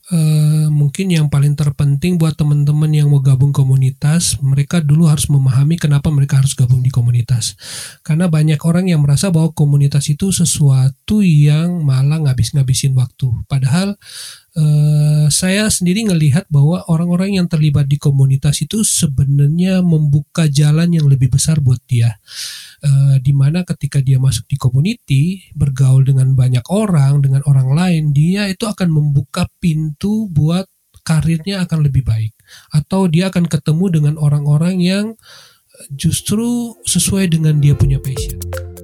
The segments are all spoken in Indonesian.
Mungkin yang paling terpenting buat teman-teman yang mau gabung komunitas, mereka dulu harus memahami kenapa mereka harus gabung di komunitas. Karena banyak orang yang merasa bahwa komunitas itu sesuatu yang malah ngabis-ngabisin waktu. Padahal saya sendiri ngelihat bahwa orang-orang yang terlibat di komunitas itu sebenarnya membuka jalan yang lebih besar buat dia. Di mana ketika dia masuk di community, bergaul dengan banyak orang, dengan orang lain, dia itu akan membuka pintu buat karirnya akan lebih baik. Atau dia akan ketemu dengan orang-orang yang justru sesuai dengan dia punya passion.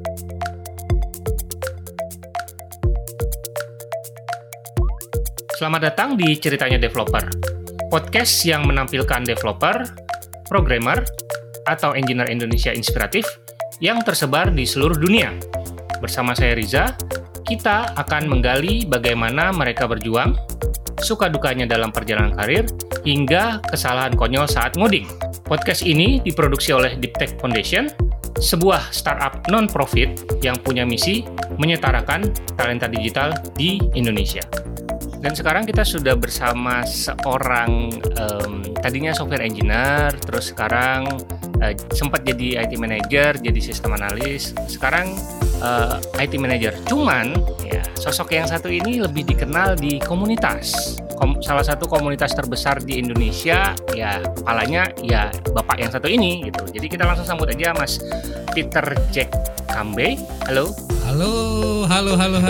Selamat datang di Ceritanya Developer, podcast yang menampilkan developer, programmer, atau engineer Indonesia inspiratif yang tersebar di seluruh dunia. Bersama saya Riza, kita akan menggali bagaimana mereka berjuang, suka dukanya dalam perjalanan karir, hingga kesalahan konyol saat ngoding. Podcast ini diproduksi oleh Deep Tech Foundation, sebuah startup non-profit yang punya misi menyetarakan talenta digital di Indonesia. Dan sekarang kita sudah bersama seorang tadinya software engineer, terus sekarang sempat jadi IT manager, jadi sistem analis, sekarang IT manager. Cuman ya, sosok yang satu ini lebih dikenal di komunitas. Salah satu komunitas terbesar di Indonesia, ya kepalanya ya bapak yang satu ini gitu. Jadi kita langsung sambut aja Mas Peter Jack Kambe. Halo. Halo.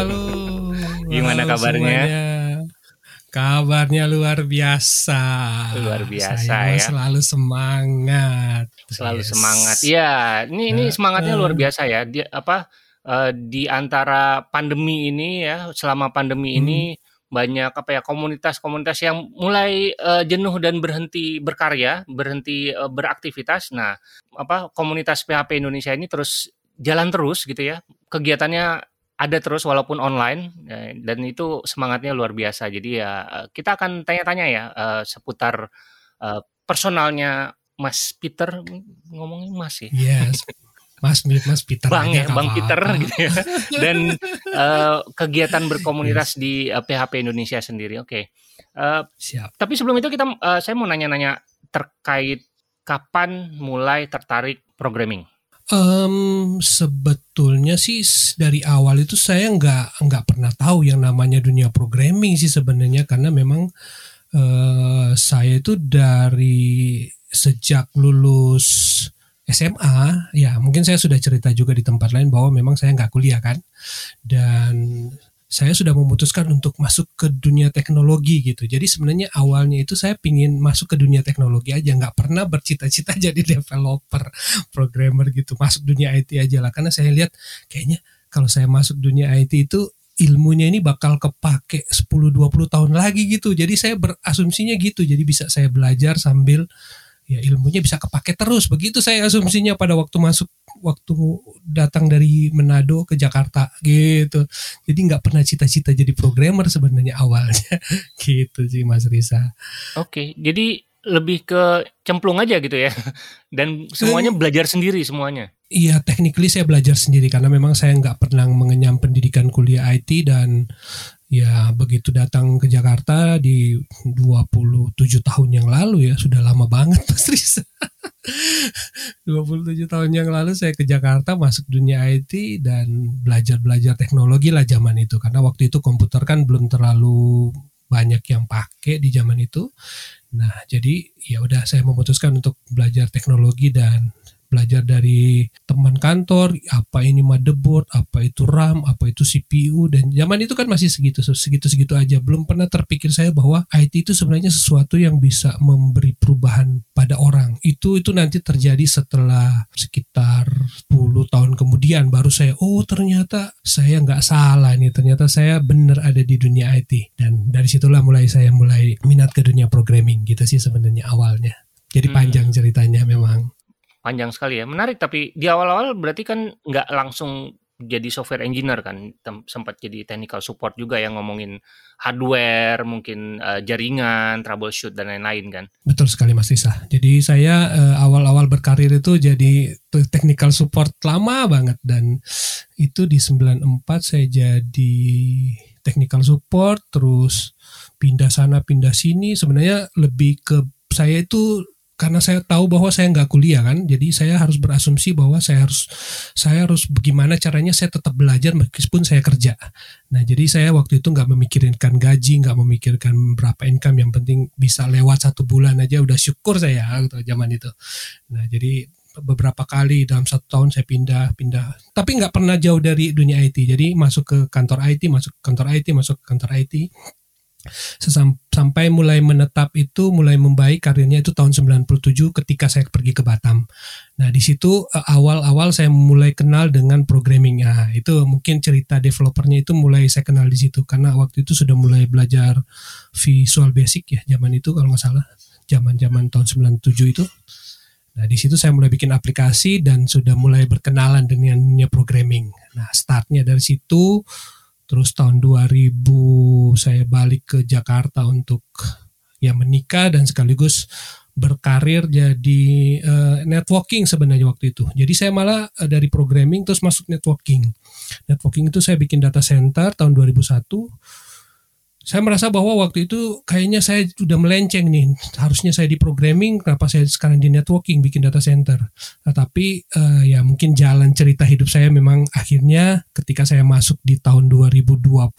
Gimana kabarnya? Semuanya. Kabarnya luar biasa. Saya ya. Selalu semangat. Semangat. Ya, ini semangatnya luar biasa ya. Di antara pandemi ini ya, selama pandemi ini banyak komunitas-komunitas yang mulai jenuh dan berhenti berkarya, berhenti beraktivitas. Nah, komunitas PHP Indonesia ini terus jalan terus gitu ya. Kegiatannya ada terus walaupun online, dan itu semangatnya luar biasa. Jadi ya kita akan tanya-tanya ya seputar personalnya Mas Peter, ngomongin Mas ya. Yes, Mas Peter. Bang Peter gitu ya. Dan kegiatan berkomunitas di PHP Indonesia sendiri. Oke. Siap. Tapi sebelum itu saya mau nanya-nanya terkait kapan mulai tertarik programming. Sebetulnya sih dari awal itu saya nggak pernah tahu yang namanya dunia programming sih sebenarnya, karena memang saya itu dari sejak lulus SMA, ya mungkin saya sudah cerita juga di tempat lain bahwa memang saya nggak kuliah kan, dan saya sudah memutuskan untuk masuk ke dunia teknologi gitu. Jadi sebenarnya awalnya itu saya pingin masuk ke dunia teknologi aja, nggak pernah bercita-cita jadi developer, programmer gitu. Masuk dunia IT aja lah, karena saya lihat kayaknya kalau saya masuk dunia IT itu ilmunya ini bakal kepake 10-20 tahun lagi gitu. Jadi saya berasumsinya gitu, jadi bisa saya belajar sambil ya ilmunya bisa kepake terus. Begitu saya asumsinya pada waktu datang dari Manado ke Jakarta gitu. Jadi nggak pernah cita-cita jadi programmer sebenarnya awalnya gitu sih Mas Risa. Oke, jadi lebih ke cemplung aja gitu ya, dan semuanya belajar sendiri semuanya. Iya, technically saya belajar sendiri karena memang saya nggak pernah mengenyam pendidikan kuliah IT, dan ya begitu datang ke Jakarta di 27 tahun yang lalu ya, sudah lama banget Mas Risa. 27 tahun yang lalu saya ke Jakarta, masuk dunia IT dan belajar teknologi lah zaman itu, karena waktu itu komputer kan belum terlalu banyak yang pakai di zaman itu. Nah, jadi ya udah saya memutuskan untuk belajar teknologi dan belajar dari teman kantor, apa ini motherboard, apa itu RAM, apa itu CPU, dan zaman itu kan masih segitu aja. Belum pernah terpikir saya bahwa IT itu sebenarnya sesuatu yang bisa memberi perubahan pada orang. Itu nanti terjadi setelah sekitar 10 tahun kemudian baru saya, ternyata saya nggak salah nih, ternyata saya benar ada di dunia IT. Dan dari situlah saya mulai minat ke dunia programming gitu sih sebenarnya awalnya. Jadi panjang ceritanya memang. Panjang sekali ya, menarik. Tapi di awal-awal berarti kan nggak langsung jadi software engineer kan, sempat jadi technical support juga yang ngomongin hardware, mungkin jaringan, troubleshoot dan lain-lain kan. Betul sekali Mas Risa. Jadi saya awal-awal berkarir itu jadi technical support lama banget, dan itu di 94 saya jadi technical support, terus pindah sana pindah sini. Sebenarnya lebih ke saya itu karena saya tahu bahwa saya nggak kuliah kan, jadi saya harus berasumsi bahwa saya harus bagaimana caranya saya tetap belajar meskipun saya kerja. Nah jadi saya waktu itu nggak memikirkan gaji, nggak memikirkan berapa income, yang penting bisa lewat 1 bulan aja udah syukur saya gitu, zaman itu. Nah jadi beberapa kali dalam 1 tahun saya pindah, tapi nggak pernah jauh dari dunia IT. Jadi masuk ke kantor IT, masuk ke kantor IT. Sampai mulai menetap itu, mulai membaik karirnya itu tahun 97 ketika saya pergi ke Batam. Nah di situ awal-awal saya mulai kenal dengan programming. Nah itu mungkin cerita developernya itu mulai saya kenal di situ, karena waktu itu sudah mulai belajar Visual Basic ya, zaman itu kalau nggak salah, zaman tahun 97 itu. Nah di situ saya mulai bikin aplikasi dan sudah mulai berkenalan dengan dunia programming. Nah startnya dari situ. Terus tahun 2000 saya balik ke Jakarta untuk ya menikah dan sekaligus berkarir jadi networking sebenarnya waktu itu. Jadi saya malah dari programming terus masuk networking. Networking itu saya bikin data center tahun 2001. Saya merasa bahwa waktu itu kayaknya saya sudah melenceng nih. Harusnya saya di programming, kenapa saya sekarang di networking bikin data center. Nah, tapi ya mungkin jalan cerita hidup saya memang akhirnya ketika saya masuk di tahun 2010,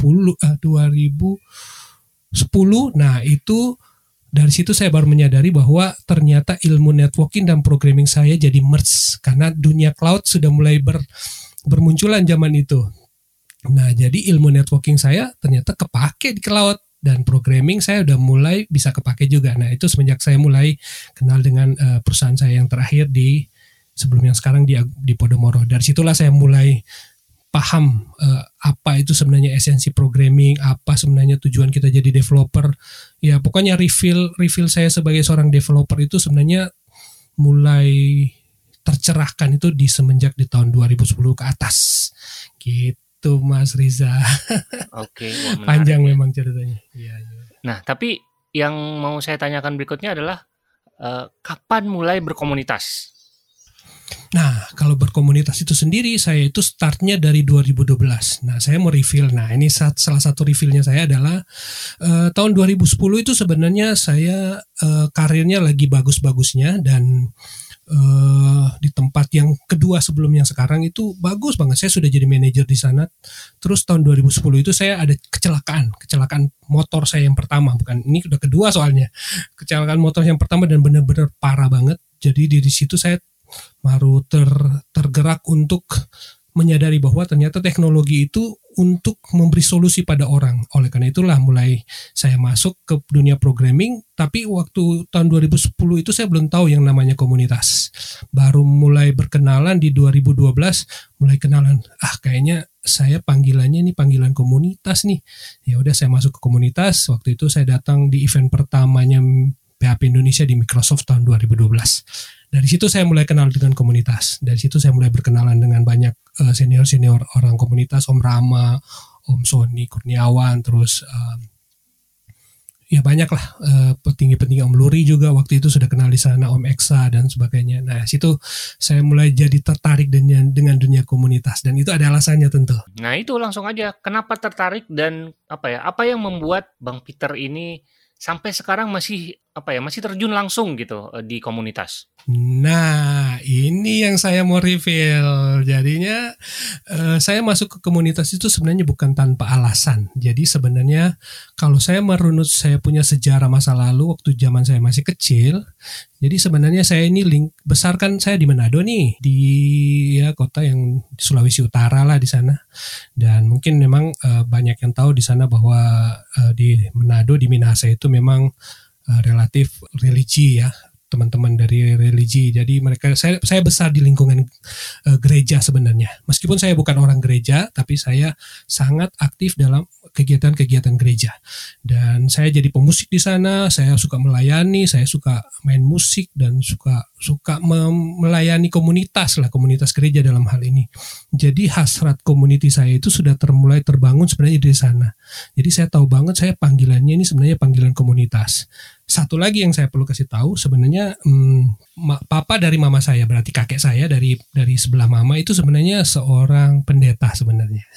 nah itu dari situ saya baru menyadari bahwa ternyata ilmu networking dan programming saya jadi merge karena dunia cloud sudah mulai bermunculan zaman itu. Nah, jadi ilmu networking saya ternyata kepake di cloud dan programming saya udah mulai bisa kepake juga. Nah, itu semenjak saya mulai kenal dengan perusahaan saya yang terakhir sebelum yang sekarang di Podomoro. Dari situlah saya mulai paham apa itu sebenarnya esensi programming, apa sebenarnya tujuan kita jadi developer. Ya, pokoknya reveal saya sebagai seorang developer itu sebenarnya mulai tercerahkan itu semenjak di tahun 2010 ke atas. Gitu. Mas Riza. Oke, panjang memang ceritanya. Iya. Nah, tapi yang mau saya tanyakan berikutnya adalah kapan mulai berkomunitas? Nah, kalau berkomunitas itu sendiri saya itu startnya dari 2012. Nah, saya mau reveal. Nah, ini salah satu revealnya saya adalah tahun 2010 itu sebenarnya saya karirnya lagi bagus-bagusnya dan di tempat yang kedua sebelum yang sekarang itu bagus banget. Saya sudah jadi manajer di sana. Terus tahun 2010 itu saya ada kecelakaan motor saya yang pertama, bukan ini udah kedua soalnya. Kecelakaan motor yang pertama dan benar-benar parah banget. Jadi di situ saya baru tergerak untuk menyadari bahwa ternyata teknologi itu untuk memberi solusi pada orang. Oleh karena itulah mulai saya masuk ke dunia programming, tapi waktu tahun 2010 itu saya belum tahu yang namanya komunitas. Baru mulai berkenalan di 2012, mulai kenalan, kayaknya saya panggilannya ini panggilan komunitas nih. Ya udah saya masuk ke komunitas. Waktu itu saya datang di event pertamanya PHP Indonesia di Microsoft tahun 2012. Dari situ saya mulai kenal dengan komunitas. Dari situ saya mulai berkenalan dengan banyak senior-senior orang komunitas, Om Rama, Om Sony Kurniawan, terus ya banyak lah petinggi-petinggi, Om Luri juga waktu itu sudah kenal di sana, Om Eksa dan sebagainya. Nah, situ saya mulai jadi tertarik dengan dunia komunitas dan itu ada alasannya tentu. Nah, itu langsung aja. Kenapa tertarik dan apa yang membuat Bang Peter ini sampai sekarang masih terjun langsung gitu di komunitas? Nah, ini yang saya mau reveal. Jadinya saya masuk ke komunitas itu sebenarnya bukan tanpa alasan. Jadi sebenarnya kalau saya merunut saya punya sejarah masa lalu waktu zaman saya masih kecil. Jadi sebenarnya saya ini besarkan saya di Manado nih, di kota yang di Sulawesi Utara lah di sana. Dan mungkin memang banyak yang tahu di sana bahwa di Manado, di Minahasa itu memang relatif religi ya, teman-teman dari religi. Jadi saya besar di lingkungan gereja sebenarnya. Meskipun saya bukan orang gereja, tapi saya sangat aktif dalam kegiatan-kegiatan gereja. Dan saya jadi pemusik di sana, saya suka melayani, saya suka main musik dan suka suka melayani komunitas lah, komunitas gereja dalam hal ini. Jadi hasrat community saya itu sudah mulai terbangun sebenarnya dari sana. Jadi saya tahu banget saya panggilannya ini sebenarnya panggilan komunitas. Satu lagi yang saya perlu kasih tahu sebenarnya papa dari mama saya, berarti kakek saya dari sebelah mama itu sebenarnya seorang pendeta sebenarnya.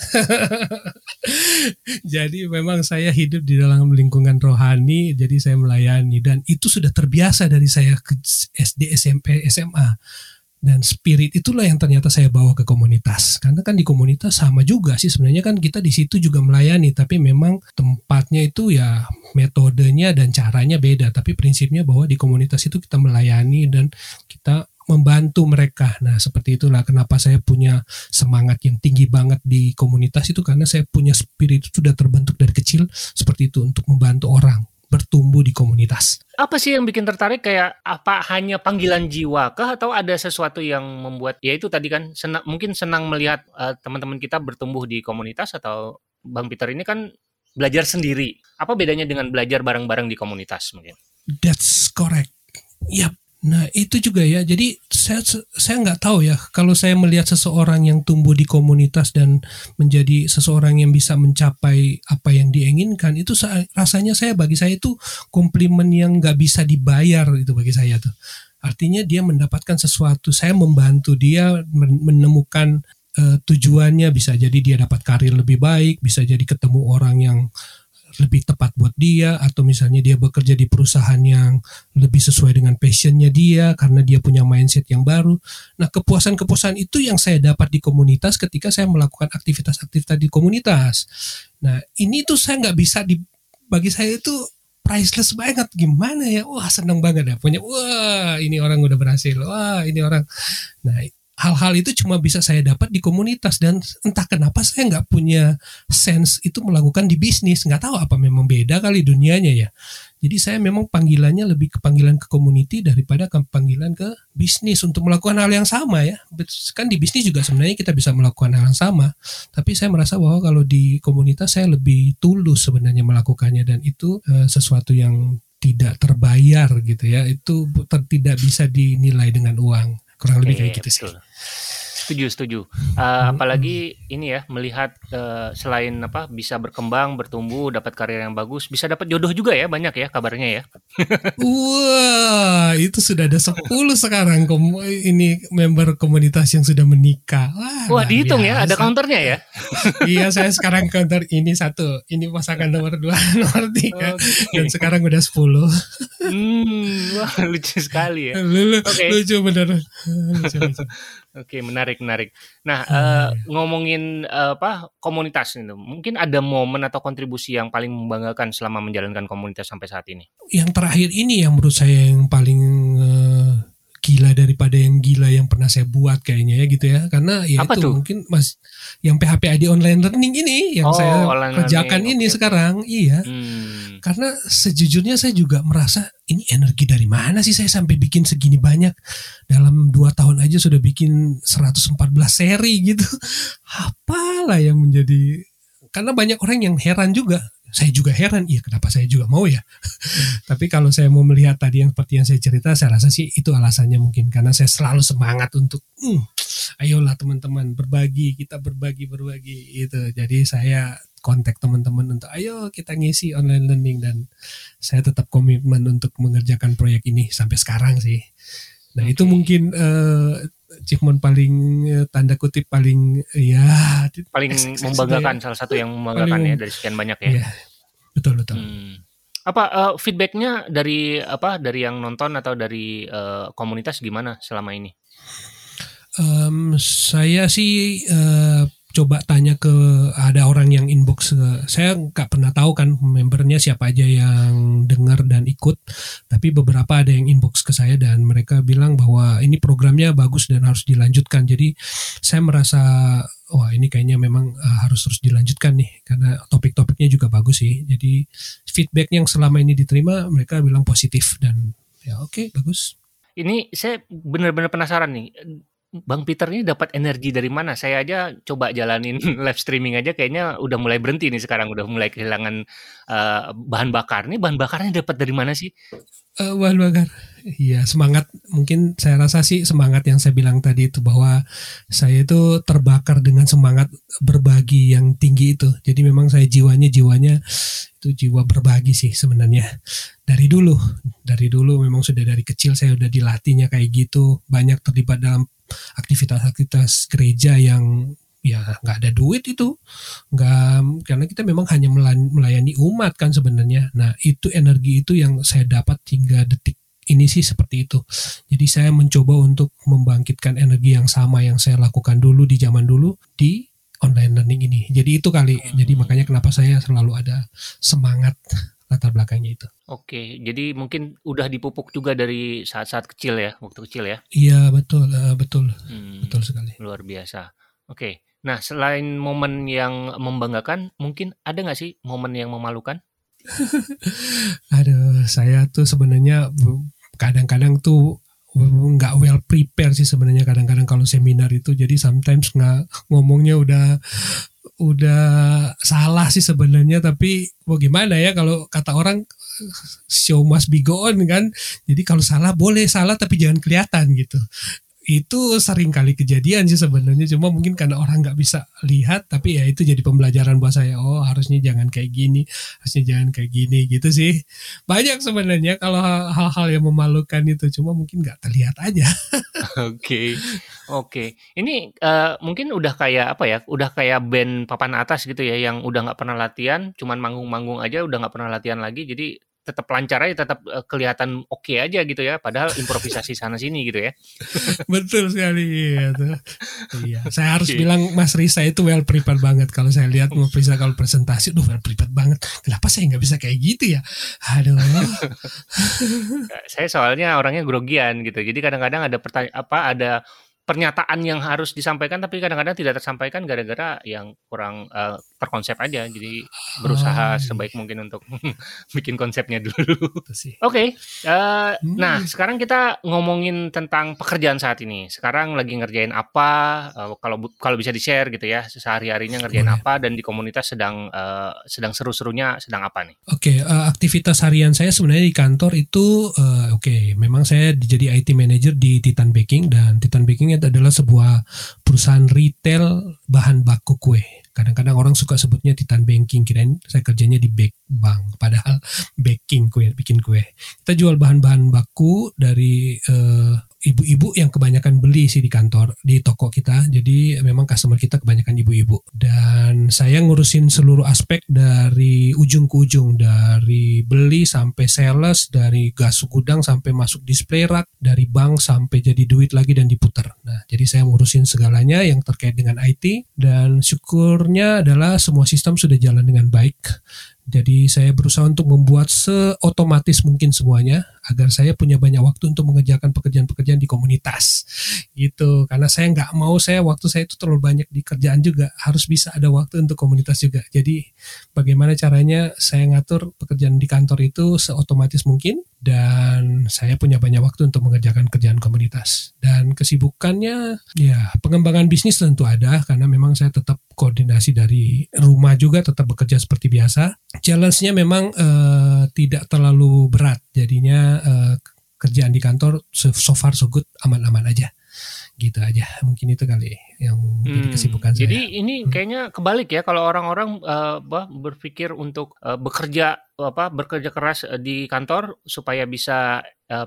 Jadi memang saya hidup di dalam lingkungan rohani, jadi saya melayani dan itu sudah terbiasa dari saya ke SD, SMP, SMA. Dan spirit itulah yang ternyata saya bawa ke komunitas. Karena kan di komunitas sama juga sih sebenarnya kan kita di situ juga melayani, tapi memang tempatnya itu ya metodenya dan caranya beda. Tapi prinsipnya bahwa di komunitas itu kita melayani dan kita membantu mereka. Nah seperti itulah kenapa saya punya semangat yang tinggi banget di komunitas itu, karena saya punya spirit itu sudah terbentuk dari kecil seperti itu untuk membantu orang bertumbuh di komunitas. Apa sih yang bikin tertarik, kayak apa hanya panggilan jiwa kah atau ada sesuatu yang membuat ya itu tadi kan mungkin senang melihat teman-teman kita bertumbuh di komunitas, atau Bang Peter ini kan belajar sendiri. Apa bedanya dengan belajar bareng-bareng di komunitas mungkin? That's correct. Yap. Nah itu juga ya, jadi saya nggak tahu ya kalau saya melihat seseorang yang tumbuh di komunitas dan menjadi seseorang yang bisa mencapai apa yang diinginkan, itu rasanya bagi saya itu komplimen yang nggak bisa dibayar itu bagi saya tuh. Artinya dia mendapatkan sesuatu, saya membantu dia menemukan tujuannya, bisa jadi dia dapat karir lebih baik, bisa jadi ketemu orang yang lebih tepat buat dia, atau misalnya dia bekerja di perusahaan yang lebih sesuai dengan passionnya dia karena dia punya mindset yang baru. Nah kepuasan-kepuasan itu yang saya dapat di komunitas ketika saya melakukan aktivitas-aktivitas di komunitas. Nah ini tuh saya nggak bisa bagi saya itu priceless banget. Gimana ya, wah seneng banget ya punya, wah ini orang udah berhasil, wah ini orang. Nah hal-hal itu cuma bisa saya dapat di komunitas, dan entah kenapa saya nggak punya sense itu melakukan di bisnis. Nggak tahu apa memang beda kali dunianya ya. Jadi saya memang panggilannya lebih ke panggilan ke community daripada ke panggilan ke bisnis untuk melakukan hal yang sama ya. Kan di bisnis juga sebenarnya kita bisa melakukan hal yang sama. Tapi saya merasa bahwa kalau di komunitas saya lebih tulus sebenarnya melakukannya, dan itu sesuatu yang tidak terbayar gitu ya. Itu tidak bisa dinilai dengan uang. Kurang lebih kayak gitu sih. Setuju. Apalagi ini ya, melihat selain bisa berkembang, bertumbuh, dapat karir yang bagus, bisa dapat jodoh juga ya, banyak ya kabarnya ya. Wah, itu sudah ada 10 sekarang ini member komunitas yang sudah menikah. Wah, dihitung biasa. Ya, ada counternya ya. Iya, saya sekarang counter ini 1, ini pasangan nomor 2, nomor 3, dan sekarang udah 10. Wah, lucu sekali ya. Lucu bener. Oke, menarik. Nah, ngomongin komunitas itu, mungkin ada momen atau kontribusi yang paling membanggakan selama menjalankan komunitas sampai saat ini? Yang terakhir ini yang menurut saya yang paling gila daripada yang gila yang pernah saya buat kayaknya ya gitu ya, karena ya apa itu tuh? Mungkin yang PHPID online learning ini yang saya kerjakan ini sekarang, iya. Karena sejujurnya saya juga merasa ini energi dari mana sih saya sampai bikin segini banyak. Dalam 2 tahun aja sudah bikin 114 seri gitu. Apalah yang menjadi, karena banyak orang yang heran juga. Saya juga heran, iya kenapa saya juga mau ya. Tapi kalau saya mau melihat tadi yang seperti yang saya cerita, saya rasa sih itu alasannya mungkin. Karena saya selalu semangat untuk ayolah teman-teman berbagi, kita berbagi gitu. Jadi saya kontak teman-teman untuk ayo kita ngisi online learning, dan saya tetap komitmen untuk mengerjakan proyek ini sampai sekarang sih. Nah itu mungkin achievement paling tanda kutip paling membanggakan, salah satu yang membanggakan ya dari sekian banyak ya. Iya, betul. Apa feedbacknya dari yang nonton atau dari komunitas gimana selama ini? Saya sih coba tanya ke ada orang yang inbox, saya nggak pernah tahu kan membernya siapa aja yang dengar dan ikut, tapi beberapa ada yang inbox ke saya dan mereka bilang bahwa ini programnya bagus dan harus dilanjutkan. Jadi saya merasa wah ini kayaknya memang harus terus dilanjutkan nih, karena topik-topiknya juga bagus sih. Jadi feedback yang selama ini diterima mereka bilang positif, dan ya oke, bagus. Ini saya benar-benar penasaran nih. Bang Peter ini dapat energi dari mana? Saya aja coba jalanin live streaming aja kayaknya udah mulai berhenti nih sekarang, udah mulai kehilangan bahan bakar. Ini bahan bakarnya dapat dari mana sih? Bahan bakar. Iya, semangat. Mungkin saya rasa sih semangat yang saya bilang tadi itu, bahwa saya itu terbakar dengan semangat berbagi yang tinggi itu. Jadi memang saya jiwanya itu jiwa berbagi sih sebenarnya. Dari dulu memang sudah dari kecil saya udah dilatihnya kayak gitu. Banyak terlibat dalam aktivitas-aktivitas gereja yang ya nggak ada duit itu, nggak, karena kita memang hanya melayani umat kan sebenarnya. Nah itu energi itu yang saya dapat hingga detik ini sih seperti itu. Jadi saya mencoba untuk membangkitkan energi yang sama yang saya lakukan dulu di zaman dulu di online learning ini. Jadi itu kali. Jadi makanya kenapa saya selalu ada semangat latar belakangnya itu. Oke, jadi mungkin udah dipupuk juga dari saat-saat kecil ya, waktu kecil ya? Iya betul, betul sekali. Luar biasa. Oke, nah selain momen yang membanggakan, mungkin ada nggak sih momen yang memalukan? Aduh, saya tuh sebenarnya kadang-kadang tuh nggak well prepare sih sebenarnya kadang-kadang kalau seminar itu. Jadi sometimes ngomongnya udah salah sih sebenarnya, tapi mau gimana ya, kalau kata orang show must be go on kan. Jadi kalau salah boleh salah tapi jangan kelihatan gitu. Itu sering kali kejadian sih sebenarnya, cuma mungkin karena orang nggak bisa lihat, tapi ya itu jadi pembelajaran buat saya. Oh harusnya jangan kayak gini, harusnya jangan kayak gini gitu sih. Banyak sebenarnya kalau hal-hal yang memalukan itu, cuma mungkin nggak terlihat aja. Oke. Ini mungkin udah kayak apa ya? Udah kayak band papan atas gitu ya, yang udah nggak pernah latihan, cuman manggung-manggung aja, udah nggak pernah latihan lagi. Jadi tetap lancar aja, tetap kelihatan oke aja gitu ya. Padahal improvisasi sana sini gitu ya. Betul sekali. Iya. Saya harus bilang Mas Risa itu well prepared banget. Kalau saya lihat Mas Risa kalau presentasi, well prepared banget. Kenapa saya nggak bisa kayak gitu ya? Aduh. Saya soalnya orangnya grogian gitu. Jadi kadang-kadang ada ada pernyataan yang harus disampaikan tapi kadang-kadang tidak tersampaikan gara-gara yang kurang terkonsep aja. Jadi berusaha sebaik mungkin untuk bikin konsepnya dulu. Oke. Nah sekarang kita ngomongin tentang pekerjaan saat ini. Sekarang lagi ngerjain apa? Kalau bisa di-share gitu ya, sehari-harinya ngerjain apa, dan di komunitas sedang seru-serunya sedang apa nih? Oke, aktivitas harian saya sebenarnya di kantor itu memang saya jadi IT manager di Titan Baking, dan Titan Baking adalah sebuah perusahaan retail bahan baku kue. Kadang-kadang orang suka sebutnya Titan Baking, kirain saya kerjanya di bake bank, padahal bikin kue. Kita jual bahan-bahan baku dari ibu-ibu yang kebanyakan beli sih di kantor, di toko kita. Jadi memang customer kita kebanyakan ibu-ibu. Dan saya ngurusin seluruh aspek dari ujung ke ujung, dari beli sampai sales, dari gas gudang sampai masuk display rack, dari bank sampai jadi duit lagi dan diputar. Nah, jadi saya ngurusin segalanya yang terkait dengan IT, dan syukurnya adalah semua sistem sudah jalan dengan baik. Jadi saya berusaha untuk membuat seotomatis mungkin semuanya agar saya punya banyak waktu untuk mengerjakan pekerjaan-pekerjaan di komunitas gitu. Karena saya nggak mau waktu saya itu terlalu banyak di kerjaan juga, harus bisa ada waktu untuk komunitas juga. Jadi bagaimana caranya saya ngatur pekerjaan di kantor itu seotomatis mungkin, dan saya punya banyak waktu untuk mengerjakan kerjaan komunitas. Dan kesibukannya ya pengembangan bisnis tentu ada, karena memang saya tetap koordinasi dari rumah juga, tetap bekerja seperti biasa. Challenge-nya memang tidak terlalu berat, jadinya kerjaan di kantor so far so good, aman-aman aja. Gitu aja, mungkin itu kali yang jadi kesibukan saya. Jadi ini kayaknya kebalik ya, kalau orang-orang berpikir untuk bekerja keras di kantor supaya bisa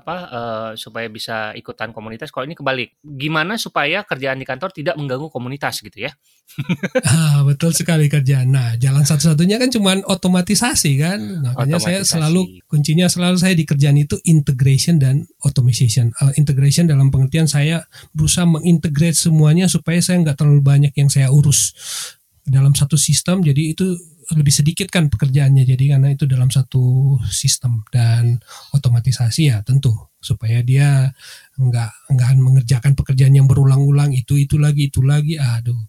ikutan komunitas. Kalau ini kebalik, gimana supaya kerjaan di kantor tidak mengganggu komunitas gitu ya? Betul sekali kerjaan. Nah, jalan satu-satunya kan cuma otomatisasi kan. Makanya kuncinya selalu saya di kerjaan itu integration dan automation. Integration dalam pengertian saya berusaha mengintegrate semuanya supaya saya nggak terlalu banyak yang saya urus dalam satu sistem. Jadi itu lebih sedikit kan pekerjaannya, jadi karena itu dalam satu sistem. Dan otomatisasi ya tentu supaya dia nggak mengerjakan pekerjaan yang berulang-ulang, itu lagi. Aduh,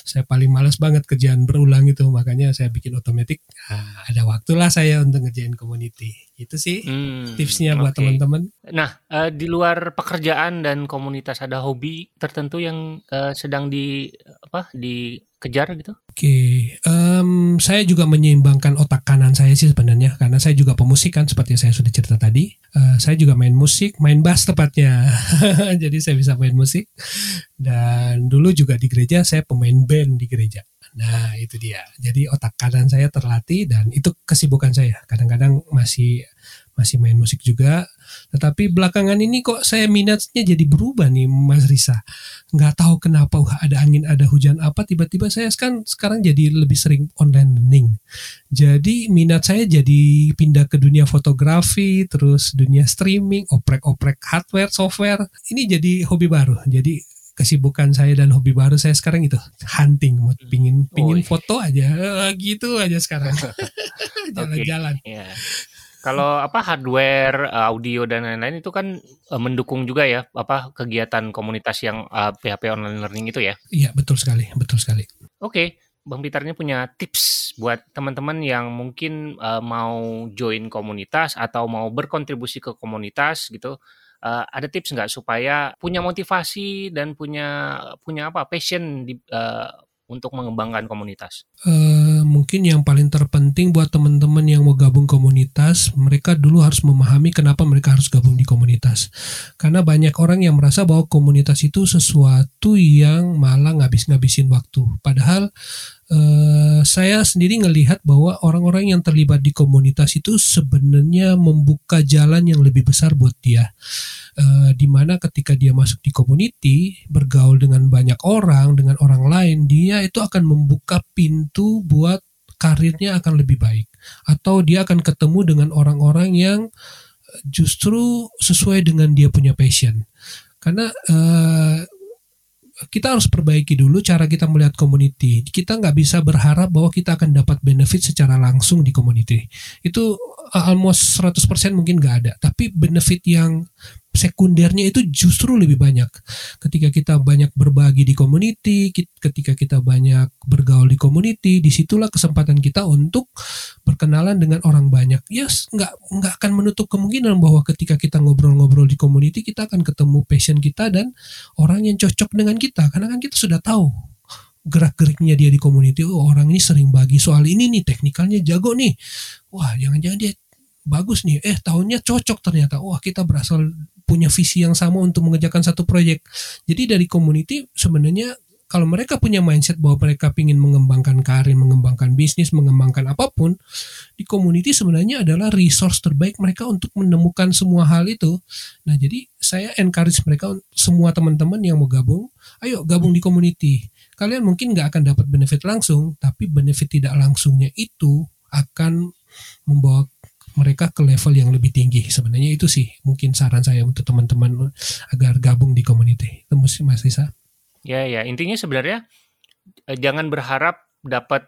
Saya paling malas banget kerjaan berulang itu, makanya saya bikin otomatik. Ada waktulah saya untuk ngerjain community. Itu sih tipsnya buat teman-teman. Nah, di luar pekerjaan dan komunitas ada hobi tertentu yang sedang dikejar gitu? Oke, saya juga menyeimbangkan otak kanan saya sih sebenarnya, karena saya juga pemusik kan, seperti saya sudah cerita tadi. Saya juga main musik, main bass tepatnya. Jadi saya bisa main musik. Dan dulu juga di gereja saya pemain band di gereja. Nah itu dia. Jadi otak kanan saya terlatih dan itu kesibukan saya. Kadang-kadang masih main musik juga. Tetapi belakangan ini kok saya minatnya jadi berubah nih Mas Risa. Nggak tahu kenapa ada angin ada hujan apa tiba-tiba saya sekarang jadi lebih sering online learning. Jadi minat saya jadi pindah ke dunia fotografi, terus dunia streaming, oprek-oprek hardware, software. Ini jadi hobi baru. Jadi kesibukan saya dan hobi baru saya sekarang itu hunting, pingin foto aja, gitu aja sekarang. Jalan-jalan. Yeah. Kalau hardware, audio dan lain-lain itu kan mendukung juga ya kegiatan komunitas yang PHP online learning itu ya. Iya, betul sekali. Oke, Bang Peter ini punya tips buat teman-teman yang mungkin mau join komunitas atau mau berkontribusi ke komunitas gitu. Ada tips nggak supaya punya motivasi dan punya passion untuk mengembangkan komunitas? Mungkin yang paling terpenting buat teman-teman yang mau gabung komunitas, mereka dulu harus memahami kenapa mereka harus gabung di komunitas. Karena banyak orang yang merasa bahwa komunitas itu sesuatu yang malah ngabis-ngabisin waktu. Padahal saya sendiri ngelihat bahwa orang-orang yang terlibat di komunitas itu sebenarnya membuka jalan yang lebih besar buat dia. Dimana ketika dia masuk di community, bergaul dengan banyak orang, dengan orang lain, dia itu akan membuka pintu buat karirnya akan lebih baik. Atau dia akan ketemu dengan orang-orang yang justru sesuai dengan dia punya passion. Karena kita harus perbaiki dulu cara kita melihat community. Kita nggak bisa berharap bahwa kita akan dapat benefit secara langsung di community. Itu almost 100% mungkin nggak ada. Tapi benefit yang sekundernya itu justru lebih banyak. Ketika kita banyak berbagi di community, ketika kita banyak bergaul di community, disitulah kesempatan kita untuk berkenalan dengan orang banyak. Yes, nggak akan menutup kemungkinan bahwa ketika kita ngobrol-ngobrol di community, kita akan ketemu passion kita dan orang yang cocok dengan kita. Karena kan kita sudah tahu gerak-geriknya dia di community. Oh, orang ini sering bagi soal ini nih, teknikalnya jago nih. Wah, jangan-jangan dia bagus nih. Tahunnya cocok ternyata. Wah, kita berasal punya visi yang sama untuk mengerjakan satu proyek. Jadi dari community sebenarnya kalau mereka punya mindset bahwa mereka ingin mengembangkan karir, mengembangkan bisnis, mengembangkan apapun, di community sebenarnya adalah resource terbaik mereka untuk menemukan semua hal itu. Nah, jadi saya encourage mereka, semua teman-teman yang mau gabung, ayo gabung di community. Kalian mungkin nggak akan dapat benefit langsung, tapi benefit tidak langsungnya itu akan membawa mereka ke level yang lebih tinggi. Sebenarnya itu sih mungkin saran saya untuk teman-teman agar gabung di community. Itu Mas Risa. Ya, intinya sebenarnya jangan berharap dapat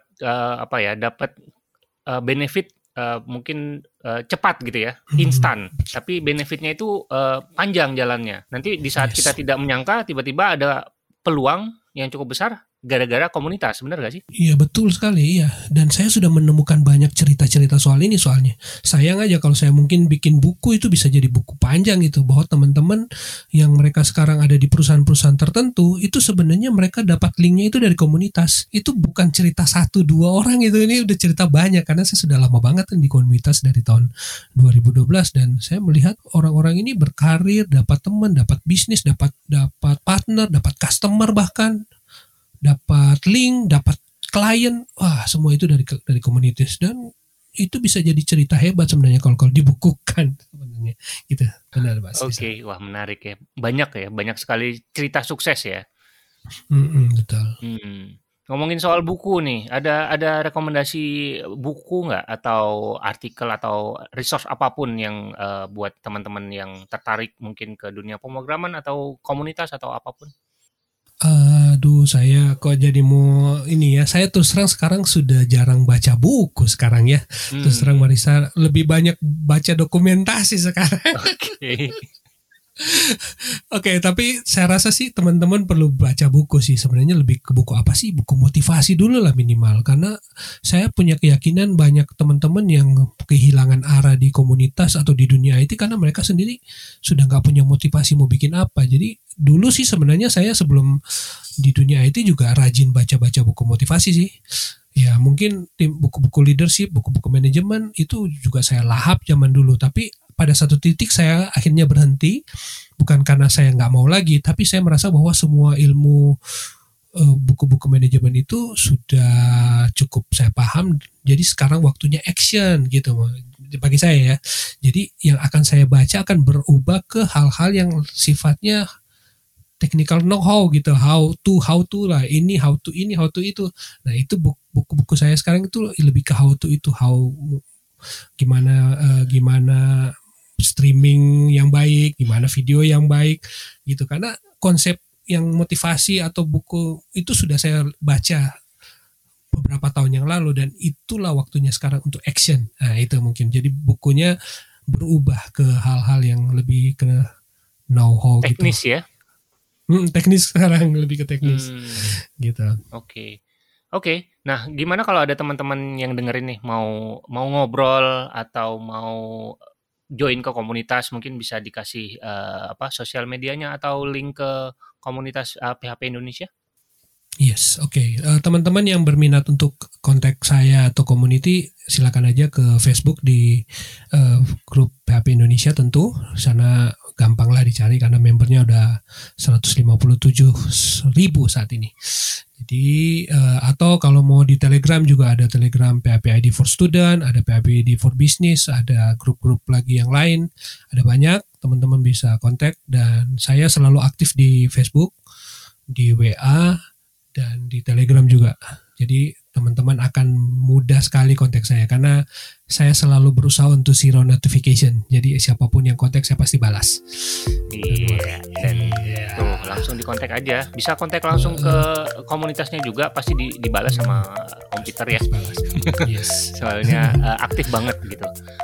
benefit mungkin cepat gitu ya, instan. Tapi benefitnya itu panjang jalannya. Nanti di saat kita tidak menyangka tiba-tiba ada peluang yang cukup besar gara-gara komunitas, benar gak sih? Iya, betul sekali, iya. Dan saya sudah menemukan banyak cerita-cerita soal ini soalnya. Sayang aja kalau saya mungkin bikin buku itu bisa jadi buku panjang gitu, bahwa teman-teman yang mereka sekarang ada di perusahaan-perusahaan tertentu, itu sebenarnya mereka dapat linknya itu dari komunitas. Itu bukan cerita 1-2 orang itu, ini udah cerita banyak, karena saya sudah lama banget kan di komunitas dari tahun 2012, dan saya melihat orang-orang ini berkarir, dapat teman, dapat bisnis, dapat partner, dapat customer bahkan, dapat link, dapat klien, wah semua itu dari komunitas, dan itu bisa jadi cerita hebat sebenarnya kalau dibukukan sebenarnya gitu. Benar Mas. Oke, wah menarik ya, banyak sekali cerita sukses ya. Betul. Ngomongin soal buku nih, ada rekomendasi buku nggak atau artikel atau resource apapun yang buat teman-teman yang tertarik mungkin ke dunia pemrograman atau komunitas atau apapun? Aduh, saya kok jadi mau ini ya. Saya terus terang sekarang sudah jarang baca buku sekarang ya. Terus terang Marisa lebih banyak baca dokumentasi sekarang. Oke. Oke, tapi saya rasa sih teman-teman perlu baca buku sih. Sebenarnya lebih ke buku apa sih? Buku motivasi dulu lah minimal. Karena saya punya keyakinan banyak teman-teman yang kehilangan arah di komunitas atau di dunia IT karena mereka sendiri sudah nggak punya motivasi mau bikin apa. Jadi dulu sih sebenarnya saya sebelum di dunia IT juga rajin baca-baca buku motivasi sih. Ya mungkin buku-buku leadership, buku-buku manajemen itu juga saya lahap zaman dulu. Tapi pada satu titik saya akhirnya berhenti, bukan karena saya nggak mau lagi, tapi saya merasa bahwa semua ilmu buku-buku manajemen itu sudah cukup saya paham. Jadi sekarang waktunya action gitu bagi saya ya. Jadi yang akan saya baca akan berubah ke hal-hal yang sifatnya technical know-how gitu, how to lah, how to itu. Nah itu buku-buku saya sekarang itu lebih ke how to itu, gimana streaming yang baik, gimana video yang baik gitu. Karena konsep yang motivasi atau buku itu sudah saya baca beberapa tahun yang lalu dan itulah waktunya sekarang untuk action. Nah itu mungkin jadi bukunya berubah ke hal-hal yang lebih ke know-how teknis gitu. Ya. Teknis sekarang lebih ke teknis gitu. Oke. Nah, gimana kalau ada teman-teman yang dengerin nih mau ngobrol atau mau join ke komunitas, mungkin bisa dikasih sosial medianya atau link ke komunitas PHP Indonesia? Yes, oke. Teman-teman yang berminat untuk kontak saya atau community, silakan aja ke Facebook di grup PHP Indonesia tentu. Sana gampang lah dicari karena membernya udah 157.000 saat ini. Jadi atau kalau mau di Telegram juga ada Telegram PHP ID for Student, ada PHP ID for Business, ada grup-grup lagi yang lain, ada banyak, teman-teman bisa kontak dan saya selalu aktif di Facebook, di WA dan di Telegram juga. Jadi teman-teman akan mudah sekali kontak saya karena saya selalu berusaha untuk zero notification. Jadi siapapun yang kontak saya pasti balas. Iya. Dan tuh langsung dikontak aja. Bisa kontak langsung ke komunitasnya juga pasti dibalas sama Om Peter ya. Yes. Soalnya aktif banget gitu.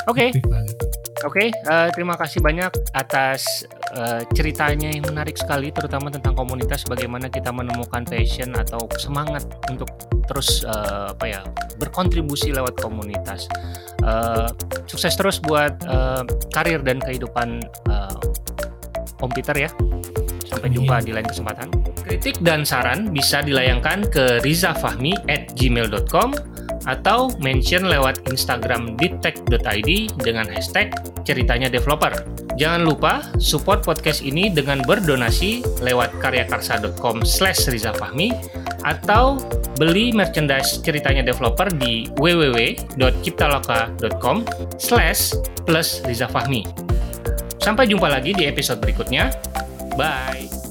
Oke, terima kasih banyak atas ceritanya yang menarik sekali, terutama tentang komunitas, bagaimana kita menemukan passion atau semangat untuk terus berkontribusi lewat komunitas. Sukses terus buat karir dan kehidupan Om Peter ya. Sampai jumpa di lain kesempatan. Kritik dan saran bisa dilayangkan ke rizafahmi@gmail.com atau mention lewat Instagram dittech.id dengan hashtag ceritanya developer. Jangan lupa support podcast ini dengan berdonasi lewat karyakarsa.com/rizafahmi atau beli merchandise ceritanya developer di www.ciptaloka.com/+rizafahmi. Sampai jumpa lagi di episode berikutnya. Bye.